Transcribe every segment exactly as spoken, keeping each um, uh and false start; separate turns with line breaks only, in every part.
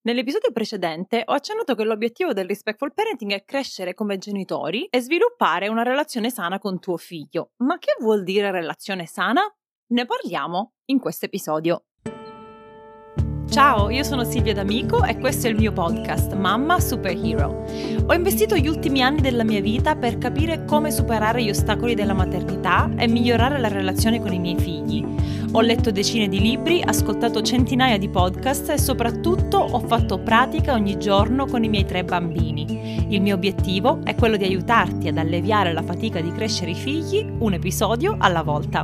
Nell'episodio precedente ho accennato che l'obiettivo del Respectful Parenting è crescere come genitori e sviluppare una relazione sana con tuo figlio. Ma che vuol dire relazione sana? Ne parliamo in questo episodio. Ciao, io sono Silvia D'Amico e questo è il mio podcast Mamma Superhero. Ho investito gli ultimi anni della mia vita per capire come superare gli ostacoli della maternità e migliorare la relazione con i miei figli. Ho letto decine di libri, ascoltato centinaia di podcast e soprattutto ho fatto pratica ogni giorno con i miei tre bambini. Il mio obiettivo è quello di aiutarti ad alleviare la fatica di crescere i figli un episodio alla volta.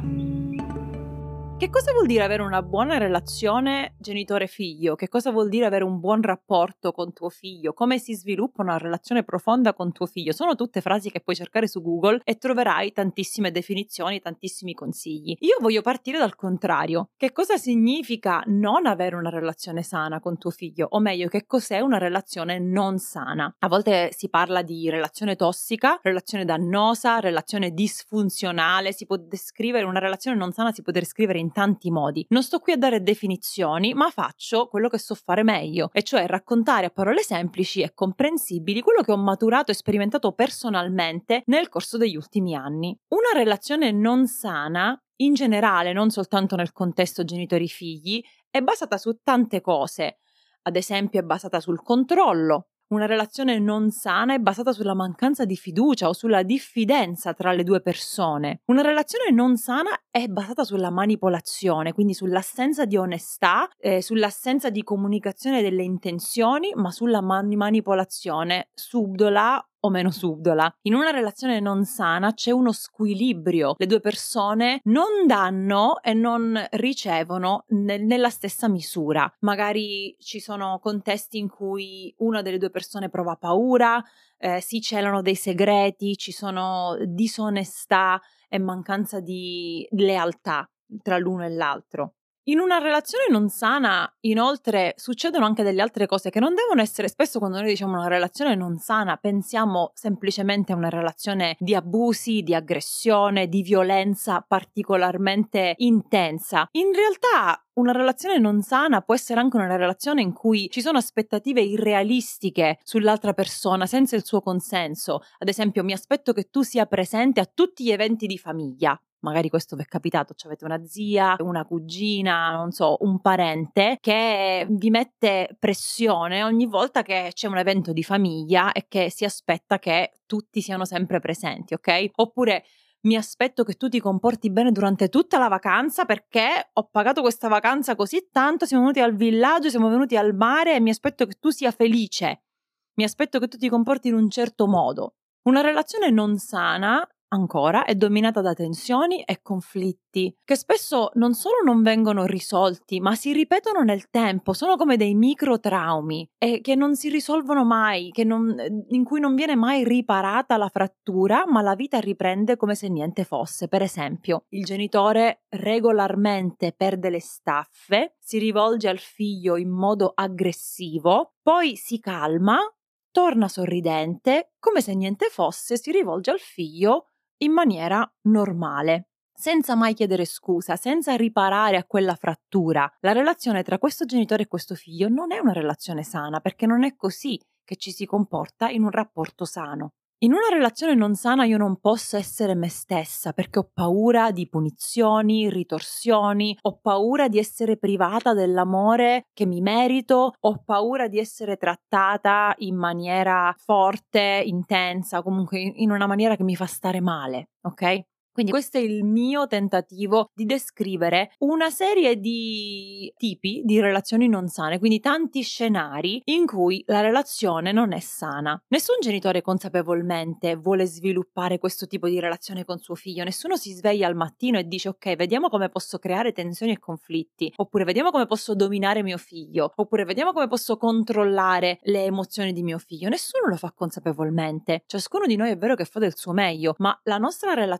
Che cosa vuol dire avere una buona relazione genitore-figlio? Che cosa vuol dire avere un buon rapporto con tuo figlio? Come si sviluppa una relazione profonda con tuo figlio? Sono tutte frasi che puoi cercare su Google e troverai tantissime definizioni, tantissimi consigli. Io voglio partire dal contrario. Che cosa significa non avere una relazione sana con tuo figlio? O meglio, che cos'è una relazione non sana? A volte si parla di relazione tossica, relazione dannosa, relazione disfunzionale. Si può descrivere una relazione non sana, si può descrivere in tanti modi. Non sto qui a dare definizioni, ma faccio quello che so fare meglio, e cioè raccontare a parole semplici e comprensibili quello che ho maturato e sperimentato personalmente nel corso degli ultimi anni. Una relazione non sana, in generale, non soltanto nel contesto genitori-figli, è basata su tante cose. Ad esempio, è basata sul controllo. Una relazione non sana è basata sulla mancanza di fiducia o sulla diffidenza tra le due persone. Una relazione non sana è basata sulla manipolazione, quindi sull'assenza di onestà, eh, sull'assenza di comunicazione delle intenzioni, ma sulla man- manipolazione subdola o meno subdola. In una relazione non sana c'è uno squilibrio, le due persone non danno e non ricevono nel, nella stessa misura. Magari ci sono contesti in cui una delle due persone prova paura, eh, si celano dei segreti, ci sono disonestà e mancanza di lealtà tra l'uno e l'altro. In una relazione non sana, inoltre, succedono anche delle altre cose che non devono essere. Spesso quando noi diciamo una relazione non sana, pensiamo semplicemente a una relazione di abusi, di aggressione, di violenza particolarmente intensa. In realtà una relazione non sana può essere anche una relazione in cui ci sono aspettative irrealistiche sull'altra persona senza il suo consenso. Ad esempio, mi aspetto che tu sia presente a tutti gli eventi di famiglia. Magari questo vi è capitato, cioè avete una zia, una cugina, non so, un parente che vi mette pressione ogni volta che c'è un evento di famiglia e che si aspetta che tutti siano sempre presenti, ok? Oppure mi aspetto che tu ti comporti bene durante tutta la vacanza perché ho pagato questa vacanza così tanto, siamo venuti al villaggio, siamo venuti al mare e mi aspetto che tu sia felice. Mi aspetto che tu ti comporti in un certo modo. Una relazione non sana, ancora, è dominata da tensioni e conflitti che spesso non solo non vengono risolti, ma si ripetono nel tempo, sono come dei microtraumi e che non si risolvono mai, che non, in cui non viene mai riparata la frattura, ma la vita riprende come se niente fosse. Per esempio, il genitore regolarmente perde le staffe, si rivolge al figlio in modo aggressivo, poi si calma, torna sorridente, come se niente fosse, si rivolge al figlio in maniera normale, senza mai chiedere scusa, senza riparare a quella frattura. La relazione tra questo genitore e questo figlio non è una relazione sana, perché non è così che ci si comporta in un rapporto sano. In una relazione non sana io non posso essere me stessa perché ho paura di punizioni, ritorsioni, ho paura di essere privata dell'amore che mi merito, ho paura di essere trattata in maniera forte, intensa, comunque in una maniera che mi fa stare male, ok? Quindi questo è il mio tentativo di descrivere una serie di tipi di relazioni non sane, quindi tanti scenari in cui la relazione non è sana. Nessun genitore consapevolmente vuole sviluppare questo tipo di relazione con suo figlio, nessuno si sveglia al mattino e dice ok, vediamo come posso creare tensioni e conflitti, oppure vediamo come posso dominare mio figlio, oppure vediamo come posso controllare le emozioni di mio figlio. Nessuno lo fa consapevolmente, ciascuno di noi è vero che fa del suo meglio, ma la nostra relazione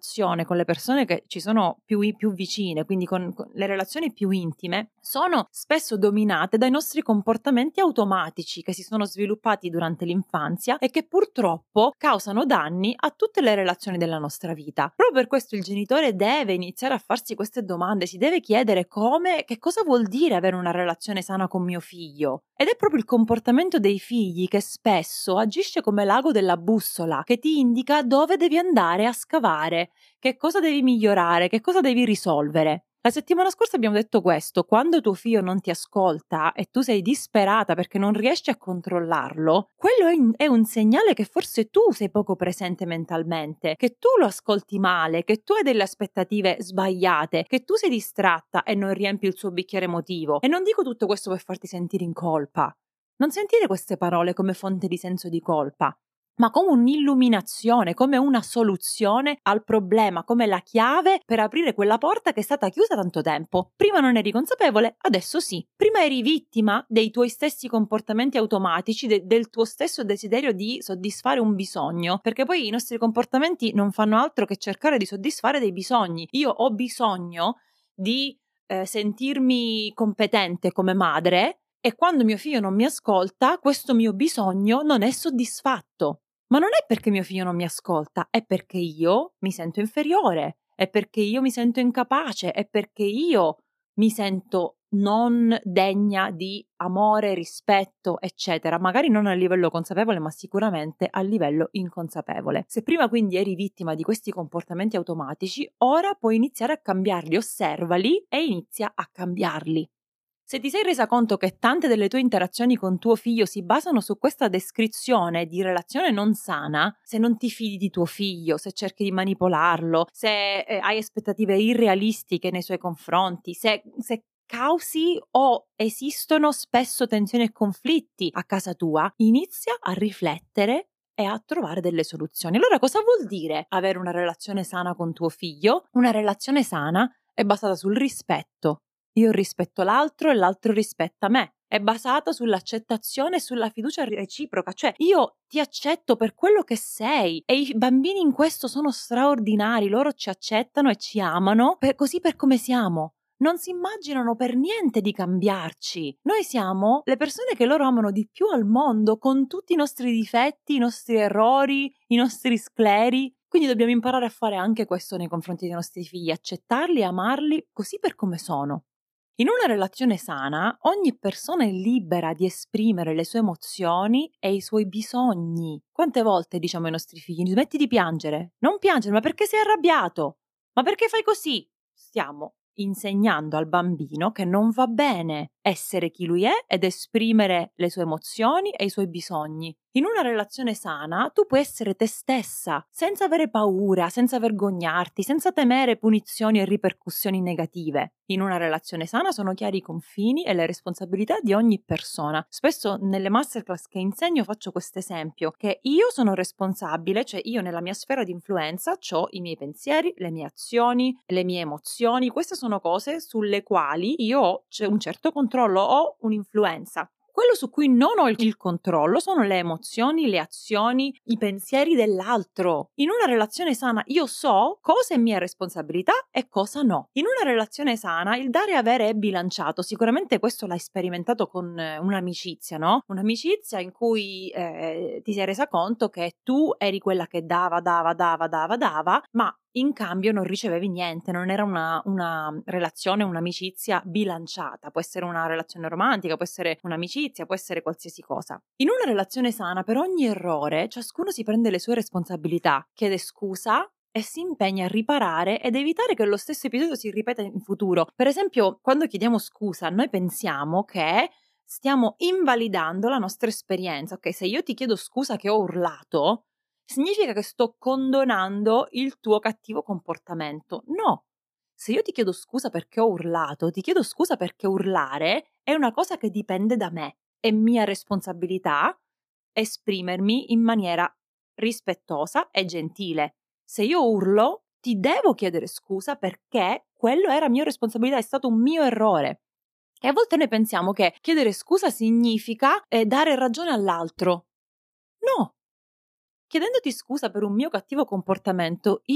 insieme con le persone che ci sono più, più vicine, quindi con, con le relazioni più intime, sono spesso dominate dai nostri comportamenti automatici che si sono sviluppati durante l'infanzia e che purtroppo causano danni a tutte le relazioni della nostra vita. Proprio per questo il genitore deve iniziare a farsi queste domande, si deve chiedere come, che cosa vuol dire avere una relazione sana con mio figlio. Ed è proprio il comportamento dei figli che spesso agisce come l'ago della bussola, che ti indica dove devi andare a scavare, che cosa devi migliorare, che cosa devi risolvere. La settimana scorsa abbiamo detto questo: quando tuo figlio non ti ascolta e tu sei disperata perché non riesci a controllarlo, quello è, in, è un segnale che forse tu sei poco presente mentalmente, che tu lo ascolti male, che tu hai delle aspettative sbagliate, che tu sei distratta e non riempi il suo bicchiere emotivo. E non dico tutto questo per farti sentire in colpa. Non sentire queste parole come fonte di senso di colpa, ma come un'illuminazione, come una soluzione al problema, come la chiave per aprire quella porta che è stata chiusa tanto tempo. Prima non eri consapevole, adesso sì. Prima eri vittima dei tuoi stessi comportamenti automatici, de- del tuo stesso desiderio di soddisfare un bisogno, perché poi i nostri comportamenti non fanno altro che cercare di soddisfare dei bisogni. Io ho bisogno di eh, sentirmi competente come madre, e quando mio figlio non mi ascolta, questo mio bisogno non è soddisfatto. Ma non è perché mio figlio non mi ascolta, è perché io mi sento inferiore, è perché io mi sento incapace, è perché io mi sento non degna di amore, rispetto, eccetera. Magari non a livello consapevole, ma sicuramente a livello inconsapevole. Se prima quindi eri vittima di questi comportamenti automatici, ora puoi iniziare a cambiarli, osservali e inizia a cambiarli. Se ti sei resa conto che tante delle tue interazioni con tuo figlio si basano su questa descrizione di relazione non sana, se non ti fidi di tuo figlio, se cerchi di manipolarlo, se eh, hai aspettative irrealistiche nei suoi confronti, se, se causi o esistono spesso tensioni e conflitti a casa tua, inizia a riflettere e a trovare delle soluzioni. Allora, cosa vuol dire avere una relazione sana con tuo figlio? Una relazione sana è basata sul rispetto. Io rispetto l'altro e l'altro rispetta me. È basata sull'accettazione e sulla fiducia reciproca, cioè io ti accetto per quello che sei, e i bambini in questo sono straordinari, loro ci accettano e ci amano per, così per come siamo. Non si immaginano per niente di cambiarci. Noi siamo le persone che loro amano di più al mondo, con tutti i nostri difetti, i nostri errori, i nostri scleri. Quindi dobbiamo imparare a fare anche questo nei confronti dei nostri figli, accettarli e amarli così per come sono. In una relazione sana, ogni persona è libera di esprimere le sue emozioni e i suoi bisogni. Quante volte diciamo ai nostri figli: smetti di piangere, non piangere, ma perché sei arrabbiato? Ma perché fai così? Stiamo insegnando al bambino che non va bene essere chi lui è ed esprimere le sue emozioni e i suoi bisogni. In una relazione sana tu puoi essere te stessa, senza avere paura, senza vergognarti, senza temere punizioni e ripercussioni negative. In una relazione sana sono chiari i confini e le responsabilità di ogni persona. Spesso nelle masterclass che insegno faccio questo esempio, che io sono responsabile, cioè io nella mia sfera di influenza ho i miei pensieri, le mie azioni, le mie emozioni. Queste sono cose sulle quali io ho un certo controllo, ho un'influenza. Quello su cui non ho il controllo sono le emozioni, le azioni, i pensieri dell'altro. In una relazione sana io so cosa è mia responsabilità e cosa no. In una relazione sana il dare e avere è bilanciato. Sicuramente questo l'hai sperimentato con un'amicizia, no? Un'amicizia in cui eh, ti sei resa conto che tu eri quella che dava, dava, dava, dava, dava, ma in cambio non ricevevi niente, non era una, una relazione, un'amicizia bilanciata. Può essere una relazione romantica, può essere un'amicizia, può essere qualsiasi cosa. In una relazione sana, per ogni errore, ciascuno si prende le sue responsabilità, chiede scusa e si impegna a riparare ed evitare che lo stesso episodio si ripeta in futuro. Per esempio, quando chiediamo scusa, noi pensiamo che stiamo invalidando la nostra esperienza. Ok, se io ti chiedo scusa che ho urlato, significa che sto condonando il tuo cattivo comportamento. No, se io ti chiedo scusa perché ho urlato, ti chiedo scusa perché urlare è una cosa che dipende da me. È mia responsabilità esprimermi in maniera rispettosa e gentile. Se io urlo, ti devo chiedere scusa perché quello era mia responsabilità, è stato un mio errore. E a volte noi pensiamo che chiedere scusa significa eh, dare ragione all'altro. No! Chiedendoti scusa per un mio cattivo comportamento, io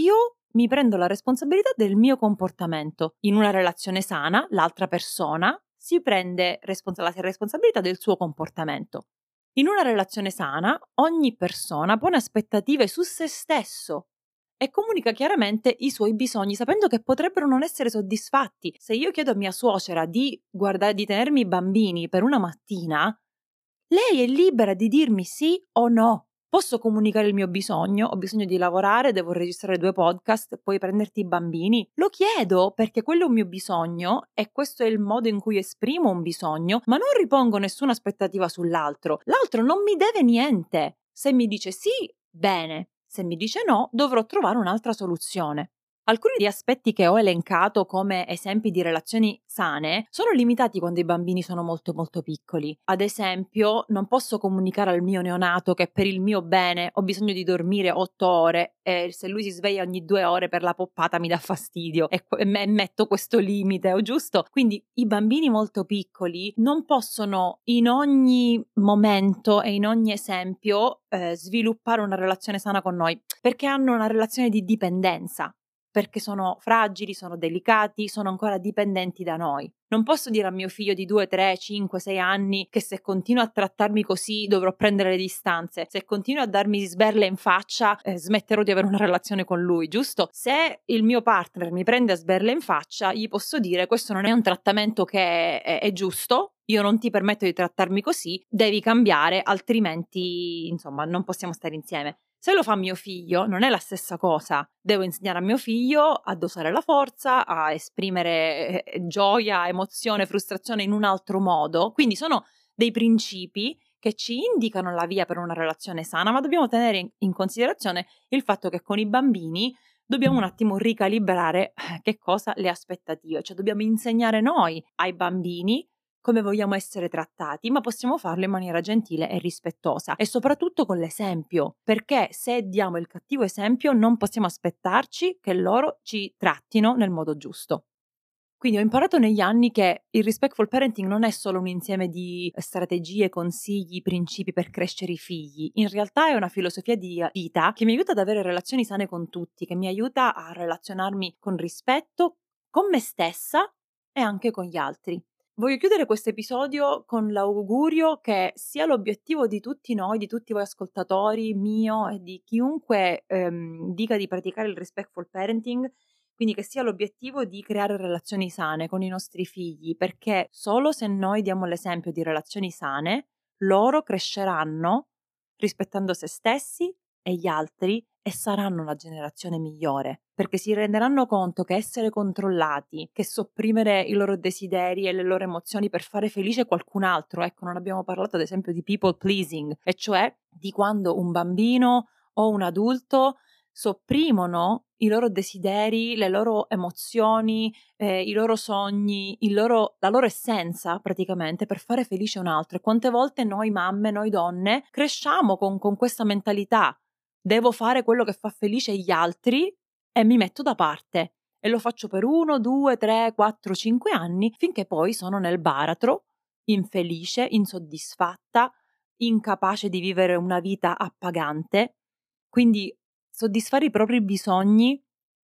mi prendo la responsabilità del mio comportamento. In una relazione sana, l'altra persona si prende respons- la responsabilità del suo comportamento. In una relazione sana, ogni persona pone aspettative su se stesso e comunica chiaramente i suoi bisogni, sapendo che potrebbero non essere soddisfatti. Se io chiedo a mia suocera di guardare, di tenermi i bambini per una mattina, lei è libera di dirmi sì o no. Posso comunicare il mio bisogno, ho bisogno di lavorare, devo registrare due podcast, puoi prenderti i bambini? Lo chiedo perché quello è un mio bisogno e questo è il modo in cui esprimo un bisogno, ma non ripongo nessuna aspettativa sull'altro. L'altro non mi deve niente. Se mi dice sì, bene. Se mi dice no, dovrò trovare un'altra soluzione. Alcuni degli aspetti che ho elencato come esempi di relazioni sane sono limitati quando i bambini sono molto molto piccoli. Ad esempio, non posso comunicare al mio neonato che per il mio bene ho bisogno di dormire otto ore e se lui si sveglia ogni due ore per la poppata mi dà fastidio e, e metto questo limite, o giusto? Quindi i bambini molto piccoli non possono in ogni momento e in ogni esempio eh, sviluppare una relazione sana con noi perché hanno una relazione di dipendenza. Perché sono fragili, sono delicati, sono ancora dipendenti da noi. Non posso dire a mio figlio di due, tre, cinque, sei anni che se continua a trattarmi così dovrò prendere le distanze. Se continua a darmi sberle in faccia eh, smetterò di avere una relazione con lui, giusto? Se il mio partner mi prende a sberle in faccia, gli posso dire questo non è un trattamento che è, è giusto, io non ti permetto di trattarmi così, devi cambiare, altrimenti insomma non possiamo stare insieme. Se lo fa mio figlio non è la stessa cosa, devo insegnare a mio figlio a dosare la forza, a esprimere eh, gioia, emozione, frustrazione in un altro modo, quindi sono dei principi che ci indicano la via per una relazione sana, ma dobbiamo tenere in, in considerazione il fatto che con i bambini dobbiamo un attimo ricalibrare eh, che cosa le aspettative, cioè dobbiamo insegnare noi ai bambini come vogliamo essere trattati, ma possiamo farlo in maniera gentile e rispettosa e soprattutto con l'esempio, perché se diamo il cattivo esempio non possiamo aspettarci che loro ci trattino nel modo giusto. Quindi ho imparato negli anni che il respectful parenting non è solo un insieme di strategie, consigli, principi per crescere i figli. In realtà è una filosofia di vita che mi aiuta ad avere relazioni sane con tutti, che mi aiuta a relazionarmi con rispetto, con me stessa e anche con gli altri. Voglio chiudere questo episodio con l'augurio che sia l'obiettivo di tutti noi, di tutti voi ascoltatori, mio e di chiunque ehm, dica di praticare il respectful parenting, quindi che sia l'obiettivo di creare relazioni sane con i nostri figli, perché solo se noi diamo l'esempio di relazioni sane, loro cresceranno rispettando se stessi e gli altri e saranno la generazione migliore, perché si renderanno conto che essere controllati, che sopprimere i loro desideri e le loro emozioni per fare felice qualcun altro, ecco, non abbiamo parlato ad esempio di people pleasing, e cioè di quando un bambino o un adulto sopprimono i loro desideri, le loro emozioni, eh, i loro sogni, il loro, la loro essenza praticamente per fare felice un altro. E quante volte noi mamme, noi donne, cresciamo con, con questa mentalità: devo fare quello che fa felice gli altri e mi metto da parte. E lo faccio per uno, due, tre, quattro, cinque anni, finché poi sono nel baratro, infelice, insoddisfatta, incapace di vivere una vita appagante. Quindi soddisfare i propri bisogni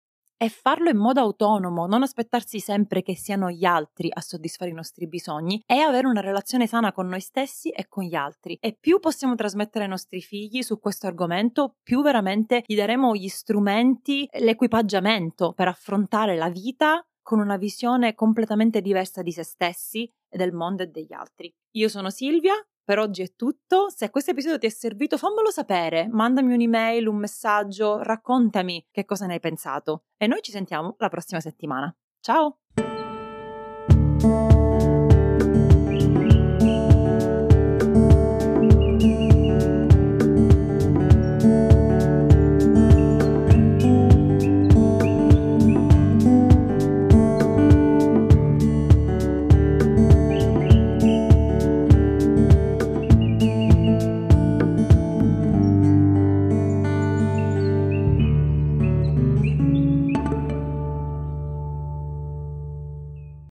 e farlo in modo autonomo, non aspettarsi sempre che siano gli altri a soddisfare i nostri bisogni, e avere una relazione sana con noi stessi e con gli altri. E più possiamo trasmettere ai nostri figli su questo argomento, più veramente gli daremo gli strumenti, l'equipaggiamento per affrontare la vita con una visione completamente diversa di se stessi e del mondo e degli altri. Io sono Silvia. Per oggi è tutto. Se questo episodio ti è servito, fammelo sapere, mandami un'email, un messaggio, raccontami che cosa ne hai pensato. E noi ci sentiamo la prossima settimana. Ciao!